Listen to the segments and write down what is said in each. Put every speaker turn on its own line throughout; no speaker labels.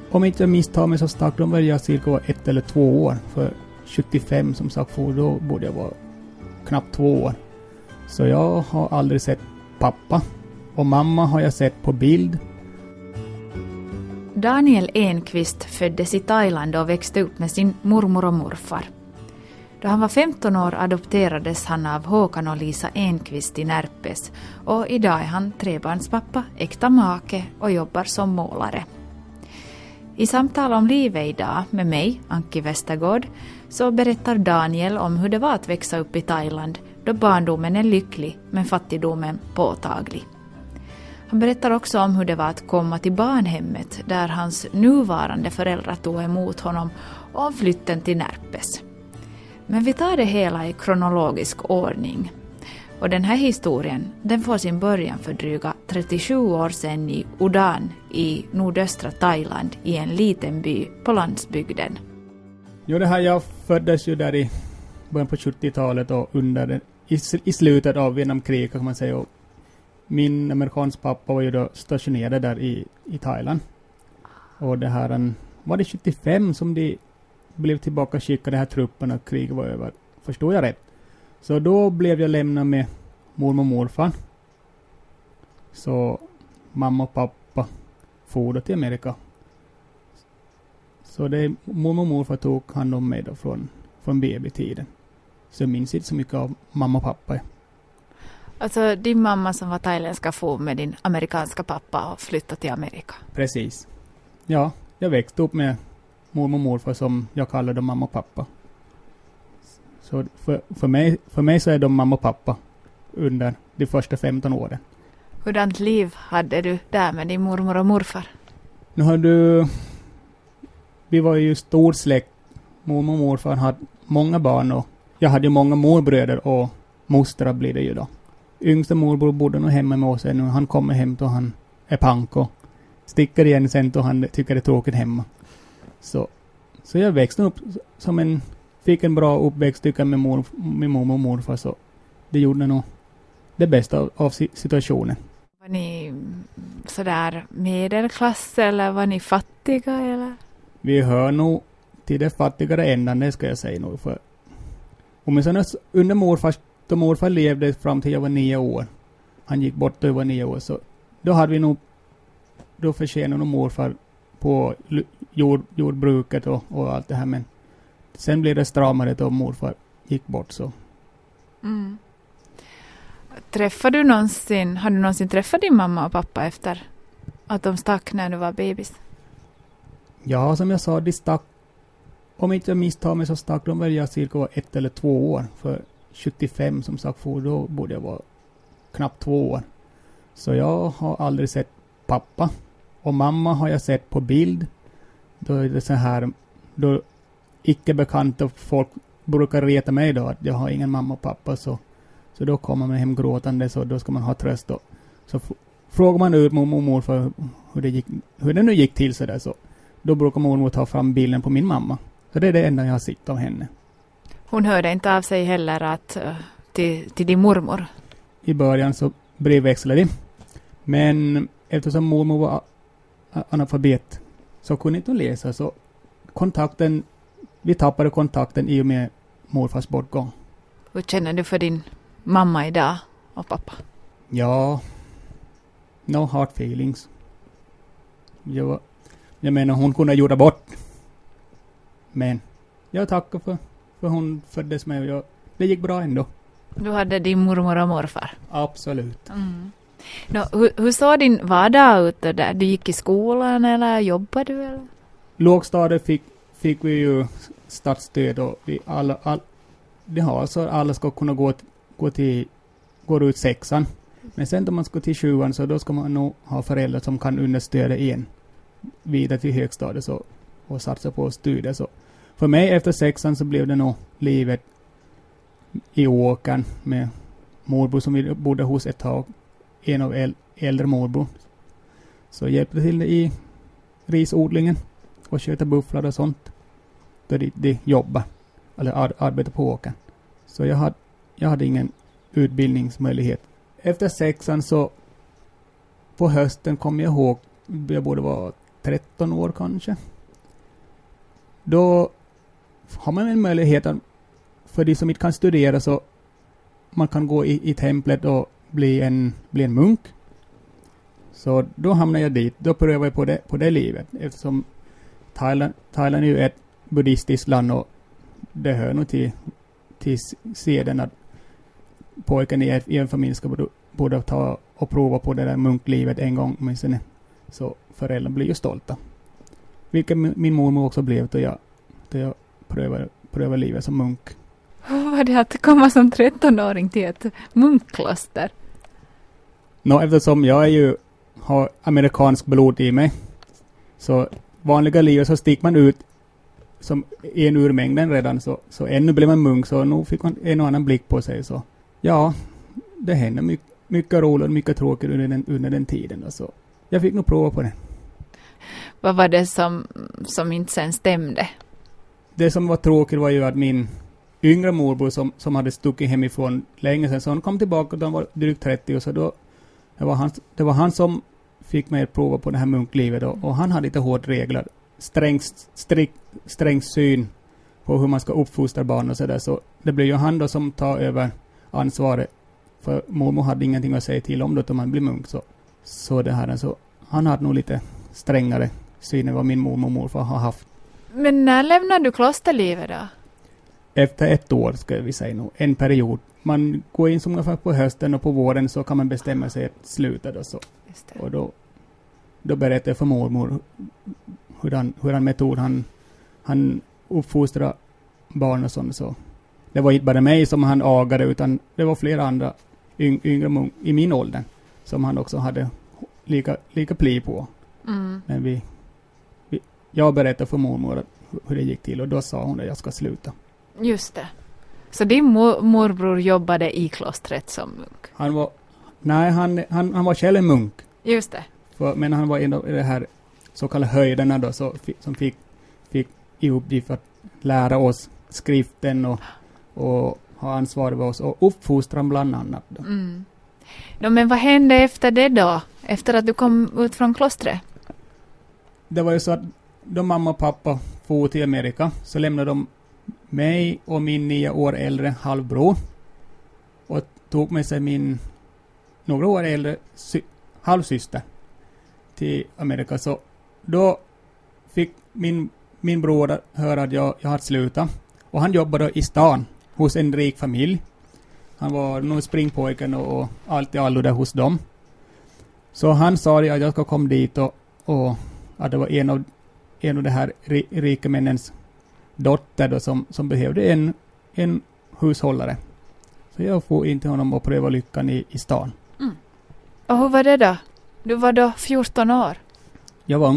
Om inte jag misstar mig så stack de var jag cirka 1 eller 2 år. För 75 som sagt för då borde jag vara knappt 2 år. Så jag har aldrig sett pappa. Och mamma har jag sett på bild.
Daniel Enqvist föddes i Thailand och växte upp med sin mormor och morfar. Då han var 15 år adopterades han av Håkan och Lisa Enqvist i Närpes och idag är han trebarnspappa, äkta make och jobbar som målare. I samtal om livet idag med mig, Anki Westergård, så berättar Daniel om hur det var att växa upp i Thailand då barndomen är lycklig men fattigdomen påtaglig. Han berättar också om hur det var att komma till barnhemmet där hans nuvarande föräldrar tog emot honom och om flytten till Närpes. Men vi tar det hela i kronologisk ordning. Och den här historien den får sin början för dryga 37 år sedan i Udan i nordöstra Thailand i en liten by på landsbygden.
Jo, det här jag föddes ju där i början på 70-talet och under i slutet av Vietnamkriget kan man säga. Och min amerikansk pappa var ju då stationerad där i Thailand. Och det här var det 75 som de blev tillbaka skickade här trupperna och kriget var över. Förstår jag rätt? Så då blev jag lämnad med mormor och morfar. Så mamma och pappa for till Amerika. Så det mormor och morfar tog hand om mig då från babytiden. Så jag minns inte så mycket av mamma och pappa.
Alltså din mamma som var thailändska for med din amerikanska pappa och flyttade till Amerika.
Precis. Ja, jag växte upp med mormor och morfar som jag kallade mamma och pappa. Så för mig så är de mamma och pappa under de första 15 åren.
Hurdant liv hade du där med din mormor och morfar?
Nu har vi var ju stor släkt. Mormor och morfar hade många barn och jag hade ju många morbröder och mostrar blir det ju då. Yngsta morbror bodde nog hemma med oss ännu. Han kommer hem då han är pank och sticker igen sen då han tycker det är tråkigt hemma. Så jag växte upp fick en bra uppväxt tycker med mormor och morfar så det gjorde nog det bästa av situationen.
Var ni sådär medelklass eller var ni fattiga eller?
Vi hör nog till det fattigare ändan, det ska jag säga nog för. Och men sen under morfar levde fram till jag var 9 år. Han gick bort då jag var 9 år så då hade vi nog då förtjänade nog morfar på jordbruket och allt det här men sen blev det stramare då morfar gick bort så.
Mm. Har du någonsin träffat din mamma och pappa efter att de stack när du var bebis?
Ja, som jag sa, de stack. Om inte jag misstar mig så stack de väl jag cirka 1 eller 2 år. För 75 som sagt för då borde jag vara knappt 2 år. Så jag har aldrig sett pappa. Och mamma har jag sett på bild. Då är det så här, då icke bekanta folk brukar reta mig då att jag har ingen mamma och pappa så då kommer man hem gråtande så då ska man ha tröst då. Så frågar man ut mormor för hur det nu gick till så där så då brukar mormor ta fram bilden på min mamma. Så det är det enda jag har sett av henne.
Hon hörde inte av sig heller till din mormor? I
början så brevväxlade vi. Men eftersom mormor var analfabet så kunde inte hon läsa så vi tappade kontakten i och med morfars bortgång.
Hur känner du för din mamma idag och pappa?
Ja, no hard feelings. Jag menar hon kunde gjort bort. Men jag tackar för hon föddes med och det gick bra ändå.
Du hade din mormor och morfar?
Absolut.
Mm. Hur såg din vardag ut där? Du gick i skolan eller jobbade du? Eller?
Lågstadiet fick vi ju statsstöd och alla ska kunna gå ut 6:an. Men sen då man ska till 7:an så då ska man nog ha föräldrar som kan understöda en vidare till högstadiet och satsa på studier. Så för mig efter 6:an så blev det nog livet i åkern med morbror som vi bodde hos ett tag. En av äldre morbror. Så hjälpte till i risodlingen och köta bufflar och sånt. Då de jobbar eller arbetar på åkern. Så jag hade ingen utbildningsmöjlighet. Efter 6:an så på hösten kom jag ihåg jag borde vara 13 år kanske. Då har man en möjlighet att, för de som inte kan studera, så man kan gå i templet och bli en munk. Så då hamnar jag dit. Då prövar jag på det livet. Eftersom Thailand är ju ett buddhistiskt land, och det hör nog till seden att pojken i en familj ska borde ta och prova på det där munklivet en gång. Men sen så föräldrarna blir ju stolta. Vilket min mormor också blev då jag prövar livet som munk.
Hur var det att komma som 13-åring till ett munkkloster?
Eftersom jag har amerikansk blod i mig, så vanliga livet så sticker man ut som en ur mängden redan, så ännu blev man munk, så nu fick man en och annan blick på sig. Så ja, det hände mycket roligt och mycket tråkigt under den tiden. Så jag fick nog prova på det.
Vad var det som inte sen stämde? Det
som var tråkigt var ju att min yngre morbror som hade stuckit hemifrån länge sedan, så han kom tillbaka och han var drygt 30, och så då det var han som fick mig att prova på det här munklivet, och han hade lite hårt regler, sträng syn på hur man ska uppfostra barn och sådär, så det blev ju han då som tar över ansvaret, för mormor hade ingenting att säga till om då, om man blir munk, så det här, så han hade nog lite strängare syn än vad min mormor och morfar har haft.
Men när lämnade du klosterlivet då?
Efter 1 år ska vi säga nog, en period. Man går in som ungefär på hösten, och på våren så kan man bestämma sig att sluta då, så. Och då berättade jag för mormor hur han metod han uppfostrar barn och sånt, så. Det var inte bara mig som han agade, utan det var flera andra yngre i min ålder som han också hade lika pli på.
Mm.
Men jag berättade för mormor hur det gick till, och då sa hon att jag ska sluta.
Just det. Så din morbror jobbade i klostret som munk?
Han var själv en munk.
Just det.
Men han var en av de här så kallade höjderna då, som fick i uppgift att lära oss skriften och ha ansvar för oss och uppfostran bland annat. Då.
Mm. Men vad hände efter det då? Efter att du kom ut från klostret?
Det var ju så att då mamma och pappa for till Amerika, så lämnade de mig och min 9 år äldre halvbror och tog med sig min några år äldre halvsyster till Amerika. Så då fick min bror höra att jag hade slutat, och han jobbade i stan hos en rik familj. Han var nog springpojken och allt i allo där hos dem. Så han sa att jag ska komma dit och att det var en av de här rika männens dotter då, som behövde en hushållare. Så jag får in till honom och pröva lyckan i stan.
Mm. Och hur var det då? Du var då 14 år?
Jag var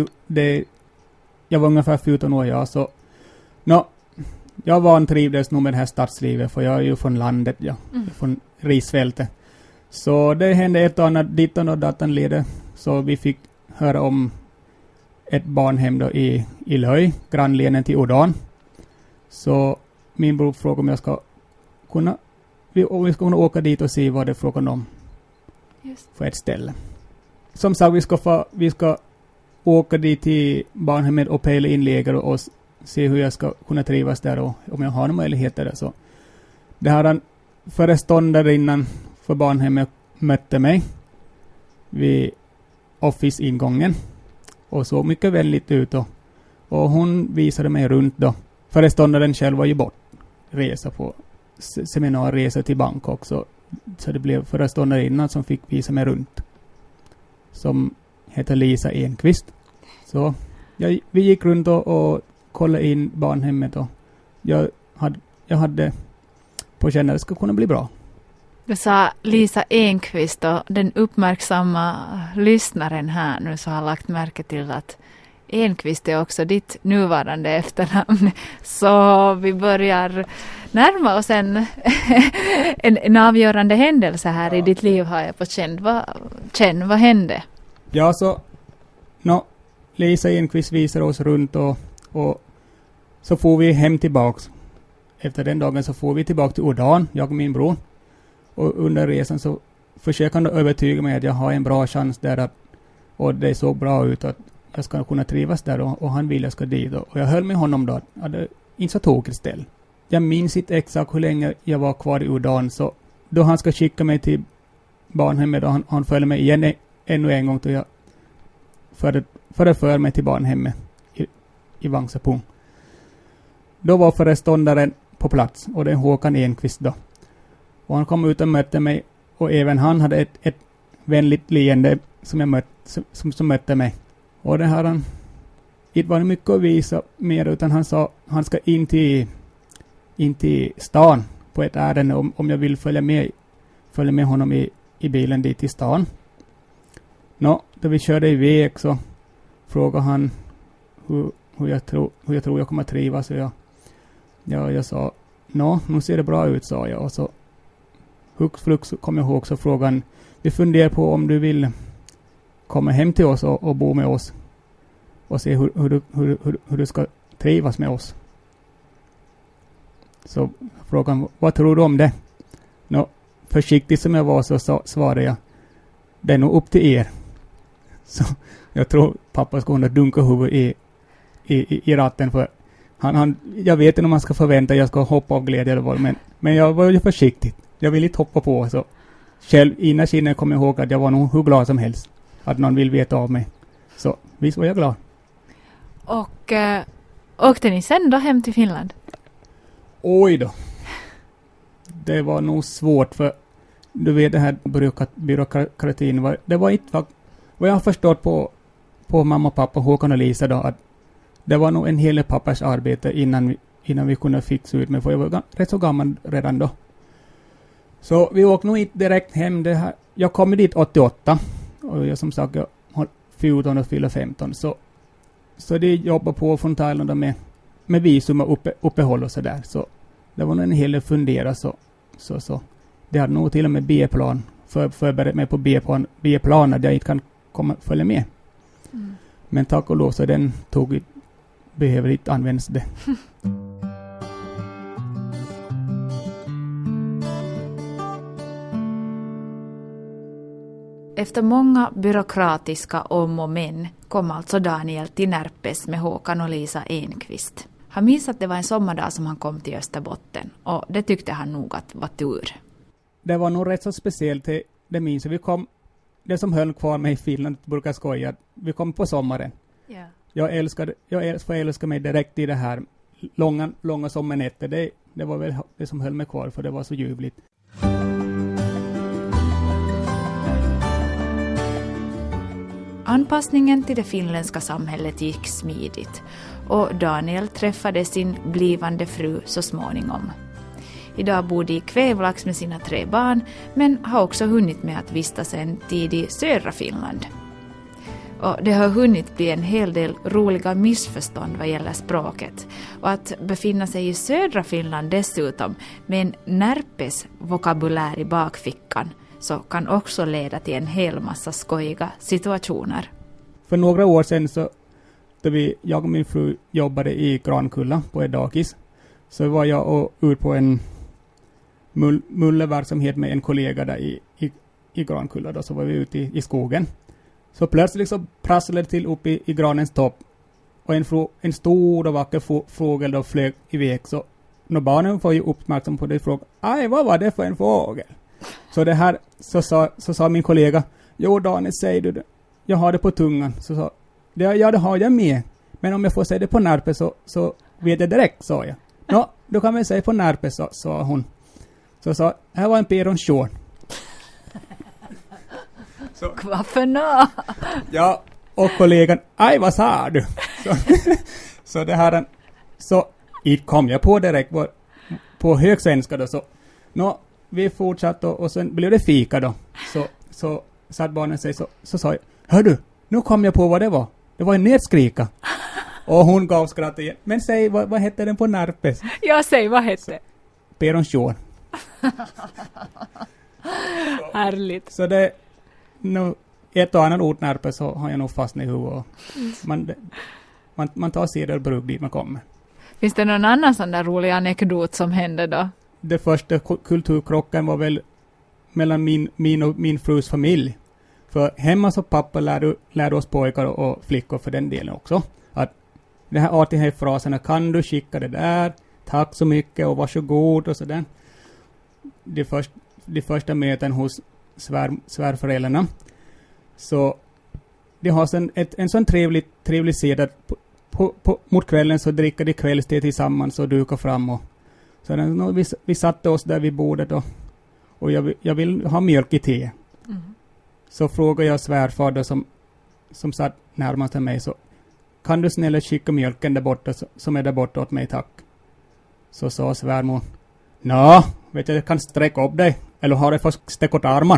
ungefär 14 år, ja. Så, jag vantrivdes nog med det här stadslivet, för jag är ju från landet, ja. Från risfältet. Så det hände ett och annat dittan och datan leder. Så vi fick höra om ett barnhem då i Löj, grannlänen till Udan. Så min bror frågade om jag ska kunna åka dit och se vad det är frågan om.
Just.
För ett ställe. Som sagt, vi ska åka dit till barnhemmet och pejla in läger och se hur jag ska kunna trivas där och om jag har några möjligheter där. Så det här en föreståndarinnan för barnhemmet mötte mig vid office-ingången och så mycket väldigt ut och hon visade mig runt då. Föreståndaren själv var ju bort resa på seminarresa till Bangkok, så det blev föreståndarinnan som fick visa mig runt, som heter Lisa Enqvist. Så vi gick runt och kollade in barnhemmet och jag hade på känn att det ska kunna bli bra.
Du sa Lisa Enqvist, och den uppmärksamma lyssnaren här nu så har lagt märke till att Enqvist är också ditt nuvarande efternamn. Så vi börjar närma oss en avgörande händelse här i ditt liv, har jag på känn. Vad hände?
Ja, så Lisa Enqvist visar oss runt och så får vi hem tillbaks. Efter den dagen så får vi tillbaka till Udan, jag och min bror. Och under resan så försöker han övertyga mig att jag har en bra chans där och det såg bra ut att jag ska kunna trivas där och han vill jag ska dit. Och jag höll med honom då. Det är inte så tokigt ställ. Jag minns inte exakt hur länge jag var kvar i Udan. Så då han ska skicka mig till barnhemmet och han följer mig igen ännu en gång då jag för mig till barnhemmet i Vangsapung. Då var föreståndaren på plats och det är Håkan Enqvist då. Och han kom ut och mötte mig och även han hade ett vänligt leende som mötte mig. Och det här inte var mycket att visa mer utan han sa han ska in till stan på ett ärende om jag vill följa med honom i bilen dit till stan. Då vi körde iväg så frågade han hur jag tror jag kommer trivas. Så jag sa, nu ser det bra ut, sa jag. Och så hux flux kom jag ihåg så frågan, vi funderar på om du vill komma hem till oss och bo med oss och se hur du ska trivas med oss. Så frågan, vad tror du om det? Försiktigt som jag var så svarade jag, det är nog upp till er. Så jag tror pappa ska dunka huvudet i ratten för jag vet inte om man ska förvänta jag ska hoppa av glädje eller vad, men jag var ju försiktig. Jag ville inte hoppa på så själv innan kinden kom jag ihåg att jag var nog hur glad som helst att någon vill veta av mig. Så visst var jag glad.
Och åkte ni sen då hem till Finland?
Oj då. Det var nog svårt för du vet det här byråkratin det var inte vad jag har förstått på mamma, pappa, Håkan och Lisa då att det var nog en hel del pappas arbete innan vi kunde fixa ut mig för jag var rätt så gammal redan då. Så vi åkte nog inte direkt hem. Jag kom dit 88 och jag som sagt jag har 14 och fyller 15 så det jobbar på från Thailand med visum och uppehåll och sådär. Så det var nog en hel del fundera så. Det hade nog till och med B-plan förberett mig på B-plan att jag inte kan följa med. Mm. Men tack och lov så den behöver inte användas det.
Efter många byråkratiska om och men kom alltså Daniel till Närpes med Håkan och Lisa Enqvist. Han minns att det var en sommardag som han kom till Österbotten och det tyckte han nog att var tur.
Det var nog rätt så speciellt, det minns jag. Det som höll kvar mig i Finland brukar skoja, vi kom på sommaren. Yeah. Jag älskar mig direkt i det här långa sommarnätter. Det var väl det som höll mig kvar för det var så ljuvligt.
Anpassningen till det finländska samhället gick smidigt och Daniel träffade sin blivande fru så småningom. Idag bor de i Kvävlax med sina 3 barn men har också hunnit med att vistas en tid i södra Finland. Och det har hunnit bli en hel del roliga missförstånd vad gäller språket. Och att befinna sig i södra Finland dessutom med en Närpes vokabulär i bakfickan så kan också leda till en hel massa skojiga situationer.
För några år sedan så då jag och min fru jobbade i Grankulla på ett dagis så var jag ut på en mulleverksamhet med en kollega där i Grankulla då, så var vi ute i skogen. Så plötsligt så prasslade det till upp i granens topp och en stor och vacker fågel då flög iväg så när barnen var ju uppmärksam på det frågade, aj vad var det för en fågel? Så det här så sa min kollega, jo Daniel säger du det, jag har det på tungan. Så sa, ja det har jag med, men om jag får säga det på Närpe så vet jag direkt, sa jag. Då kan vi säga på Närpe, sa hon. Så sa, här var en perronshorn.
Varför nå?
Ja, och kollegan, aj vad sa du? Så det här, så kom jag på direkt på högsvenska då, så vi fortsatte och sen blev det fika då. Så satt barnen sig så sa jag, hör du, nu kom jag på vad det var. Det var en nedskrika. Och hon gav skratt igen. Men säg, vad hette den på Närpes?
Jag säger, vad hette?
Perronshorn.
Härligt.
Så det nu ett och annat ord Närpes så har jag nog fastnat i huvudet. Man tar sig och bruk dit man kommer.
Finns det någon annan sån där rolig anekdot som hände då?
Det första kulturkrocken var väl mellan min och min frus familj. För hemma så pappa lärde oss pojkar och flickor för den delen också. Att det här artighetsfraserna, kan du skicka det där? Tack så mycket och varsågod och sådär. De första möten hos svärföräldrarna. Så de har en sån trevlig sed att mot kvällen så dricker de kvällste tillsammans och dukar fram. Och, så vi satte oss där vid bordet och jag vill ha mjölk i te. Mm. Så frågade jag svärfar då, som satt närmast mig, så kan du snälla skicka mjölken där borta som är där borta åt mig, tack. Så sa svärmor, vet jag kan sträcka upp dig eller har jag fått sträcka åt arman.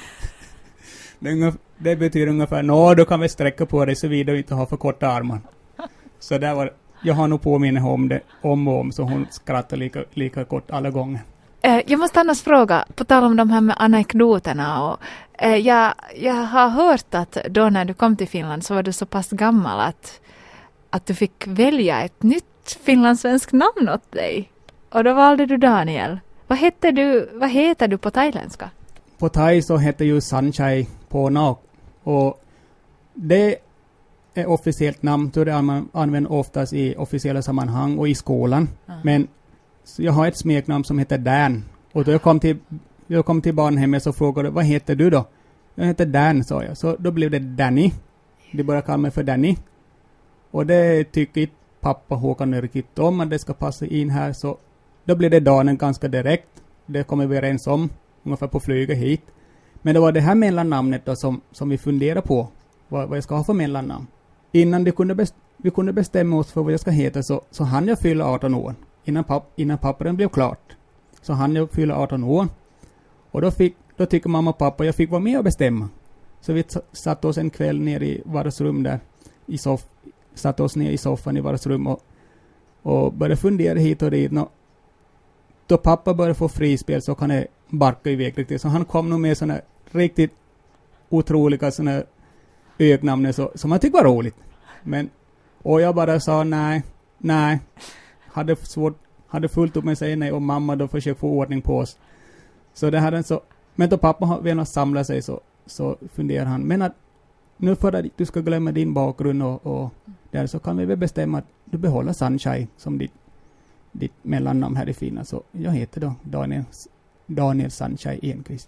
Det betyder ungefär, då kan vi sträcka på dig så vidare inte har för korta armar. Så där var, jag har nog påminnet om det om och om, så hon skrattar lika kort alla gånger.
Jag måste annars fråga, på tal om de här med anekdoterna. Och, jag har hört att då när du kom till Finland så var du så pass gammal att du fick välja ett nytt finlandssvenskt namn åt dig. Och då valde du Daniel. Vad heter du på thailändska?
På thai så heter ju Sanchai Pona. Och det är officiellt namn, så det använder oftast i officiella sammanhang och i skolan. Men jag har ett smeknamn som heter Dan. Och då jag kom till barnhemmet så frågade vad heter du då? Jag heter Dan, sa jag. Så då blev det Danny. De började kalla mig för Danny. Och det tycker pappa Håkan riktigt om att det ska passa in här. Så då blev det Danen ganska direkt. Det kommer vi överens om. Ungefär på flyget hit. Men det var det här mellannamnet då som vi funderade på. Vad jag ska ha för mellannamn. Innan vi kunde bestämma oss för vad jag ska heta så hann jag fylla 18 år. Innan pappren blev klart. Så hann jag fylla 18 år. Och då tycker mamma och pappa jag fick vara med och bestämma. Så vi satte oss en kväll ner i vardagsrum där. Satte oss ner i soffan i vardagsrum och började fundera hit och dit. Då pappa började få frispel så kan jag barka iväg riktigt. Så han kom nog med såna riktigt otroliga såna ögnamn som man tyckte var roligt. Och jag bara sa nej. Hade fullt upp med att säga nej och mamma då försökte få ordning på oss. Så det hade så. Men då pappa velat samla sig så funderar han. Men att nu för att du ska glömma din bakgrund och där så kan vi väl bestämma att du behåller Sunshine som ditt mellannamn här i Finland. Så jag heter då Daniel Sunshine Enqvist.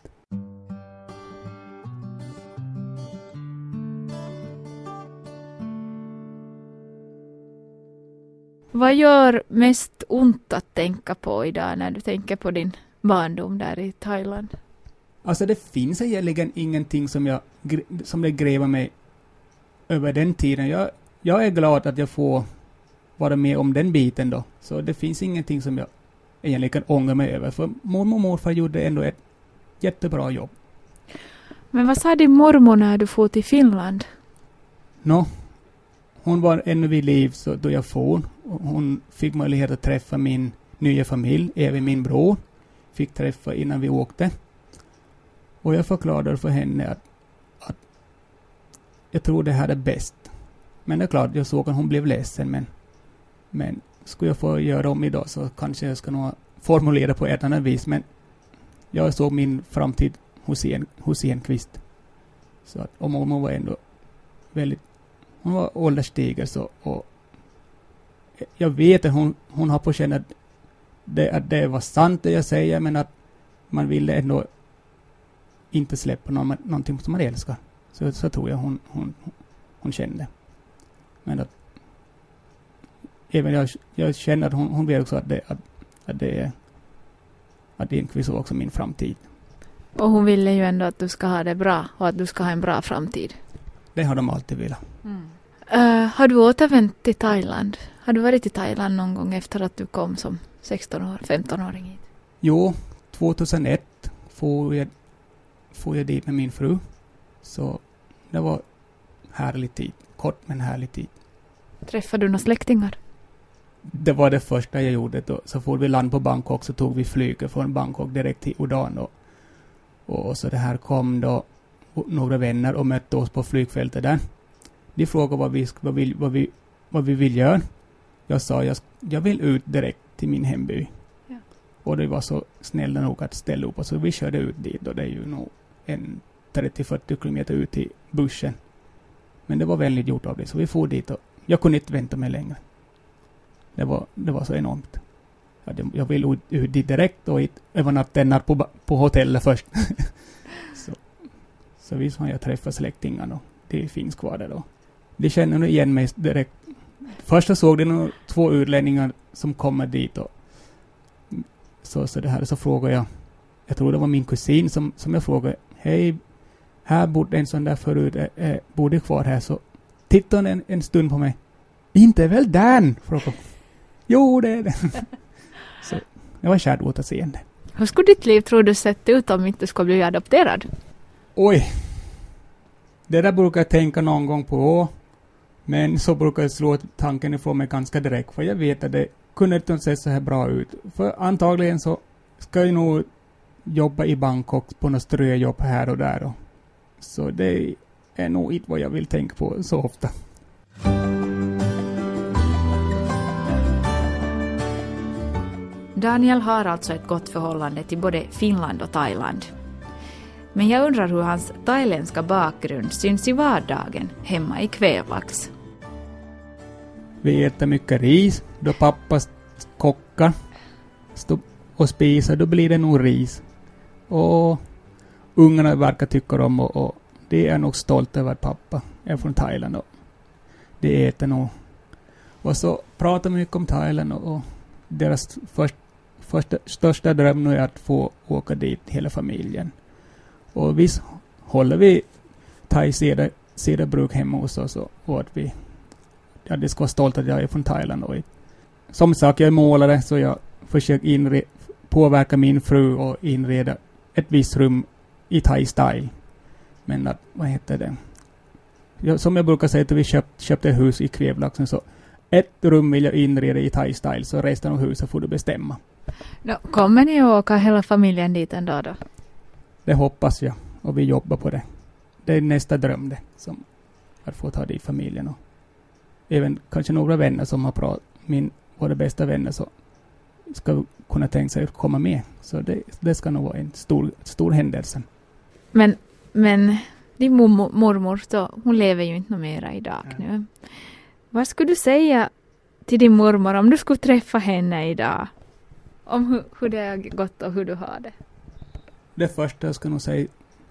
Vad gör mest ont att tänka på idag när du tänker på din barndom där i Thailand?
Alltså det finns egentligen ingenting som det gräver mig över den tiden. Jag är glad att jag får vara med om den biten då. Så det finns ingenting som jag egentligen ångrar mig över. För mormor och morfar gjorde ändå ett jättebra jobb.
Men vad sa din mormor när du får till Finland?
Hon var ännu vid liv så då jag får. Hon fick möjlighet att träffa min nya familj, även min bror. Fick träffa innan vi åkte. Och jag förklarade för henne att jag tror det här är bäst. Men det är klart, jag såg att hon blev ledsen. Men skulle jag få göra om idag så kanske jag ska nog formulera på ett annat vis. Men jag såg min framtid hos Enqvist. Så att, och mormor var ändå väldigt... Hon var ålderstiger så, och jag vet att hon har på känn att det var sant det jag säger, men att man ville ändå inte släppa någonting som man älskar. Så tror jag hon kände. Men att även jag känner att hon vet också att Enqvist var också min framtid.
Och hon ville ju ändå att du ska ha det bra och att du ska ha en bra framtid.
Det har de alltid velat.
Har du återvänt till Thailand? Har du varit i Thailand någon gång efter att du kom som 15-åring hit?
Jo, 2001 får jag dit med min fru. Så det var härlig tid. Kort men härlig tid.
Träffade du några släktingar?
Det var det första jag gjorde. Då. Så får vi land på Bangkok så tog vi flyget från Bangkok direkt till Udan. Och så det här kom då några vänner och mötte oss på flygfältet där. De frågade vad vi vill göra. Jag sa jag vill ut direkt till min hemby. Och det var så snälla nog att ställa upp. Så vi körde ut dit och det är ju nog 30-40 kilometer ut i bussen. Men det var väldigt gjort av det, så vi får dit och jag kunde inte vänta mig längre. Det var så enormt. Jag ville ut dit direkt och övernatta på hotellet först. så visst har jag träffat släktingarna och det finns kvar där då. Det känner nog igen mig direkt. Först så såg det nog 2 utlänningar som kommer dit och så det här, så frågade jag tror det var min kusin som jag frågade, hej, här bodde en sån där förut, bodde kvar här, så tittade han en stund på mig. Inte väl den? Frågade. Jo, det är det. Så det var kärt återseende.
Hur skulle ditt liv, tror du, sett ut om inte du skulle bli adopterad?
Oj, det där brukar jag tänka någon gång på. Men så brukar jag slå tanken ifrån mig ganska direkt. För jag vet att det kunde inte se så här bra ut. För antagligen så ska jag nog jobba i Bangkok på något ströjobb här och där. Så det är nog inte vad jag vill tänka på så ofta.
Daniel har alltså ett gott förhållande till både Finland och Thailand. Men jag undrar hur hans thailändska bakgrund syns i vardagen hemma i Kvävlax.
Vi äter mycket ris. Då pappa kockar och spisar, då blir det nog ris. Och ungarna verkar tycka om och det är nog stolt över att pappa är från Thailand. Och det äter nog. Och så pratar vi mycket om Thailand och deras största dröm nu är att få åka dit hela familjen. Och visst håller vi Thai-sedabruk hemma hos oss och att det ska vara stolt att jag är från Thailand. Och som sagt, jag är målare, så jag försöker påverka min fru och inreda ett visst rum i Thai-style. Men att, vad heter det? Som jag brukar säga, att vi köpte ett hus i Kvävlaxen, så ett rum vill jag inreda i Thai-style, så resten av huset får du bestämma.
Kommer ni att åka hela familjen dit en dag då?
Det hoppas jag, och vi jobbar på det. Det är nästa dröm det, som att få ta dit familjen. Och även kanske några vänner som har pratat, våra bästa vänner, så ska kunna tänka sig att komma med. Så det ska nog vara en stor händelse.
Men din mormor, så, hon lever ju inte mera idag nu. Vad skulle du säga till din mormor om du skulle träffa henne idag? Om hur det har gått och hur du har det?
Det första jag ska nog säga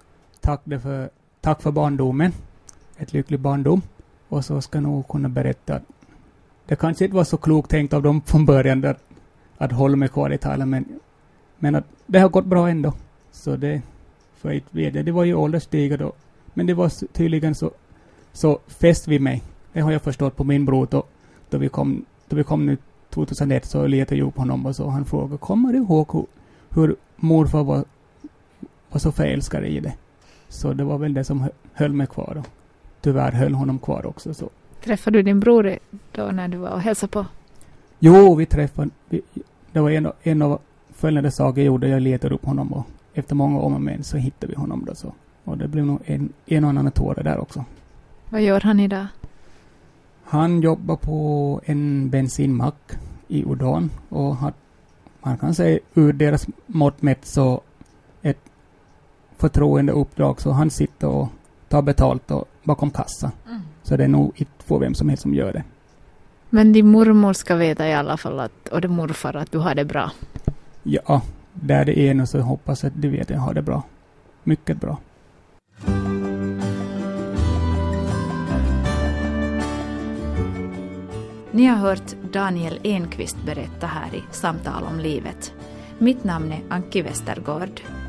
tack för barndomen. Ett lyckligt barndom. Och så ska jag nog kunna berätta att det kanske inte var så klokt tänkt av dem från början att hålla mig kvar i Thailand. Men att det har gått bra ändå. Så det var ju ålderstiget då. Men det var tydligen så fäst vid mig. Det har jag förstått på min bror då vi kom nu 2001, så letade jag upp honom och så han frågade, kommer du ihåg hur morfar var så förälskad i det? Så det var väl det som höll mig kvar och tyvärr höll honom kvar också. Så.
Träffade du din bror då när du var och hälsade på?
Jo, vi träffade. Det var en av följande saker jag gjorde. Jag letade upp honom och efter många om och men så hittade vi honom då så. Och det blev nog en och annan tåre där också.
Vad gör han idag?
Han jobbar på en bensinmack i Udon och man kan säga ur deras mått mätt så ett förtroende uppdrag, så han sitter och tar betalt och bakom kassa. Så det är nog inte för vem som helst som gör det.
Men din mormor ska veta i alla fall och din morfar att du har det bra.
Ja, där det är nu så hoppas att du vet att jag har det bra. Mycket bra.
Ni har hört Daniel Enqvist berätta här i Samtal om livet. Mitt namn är Anki Westergård.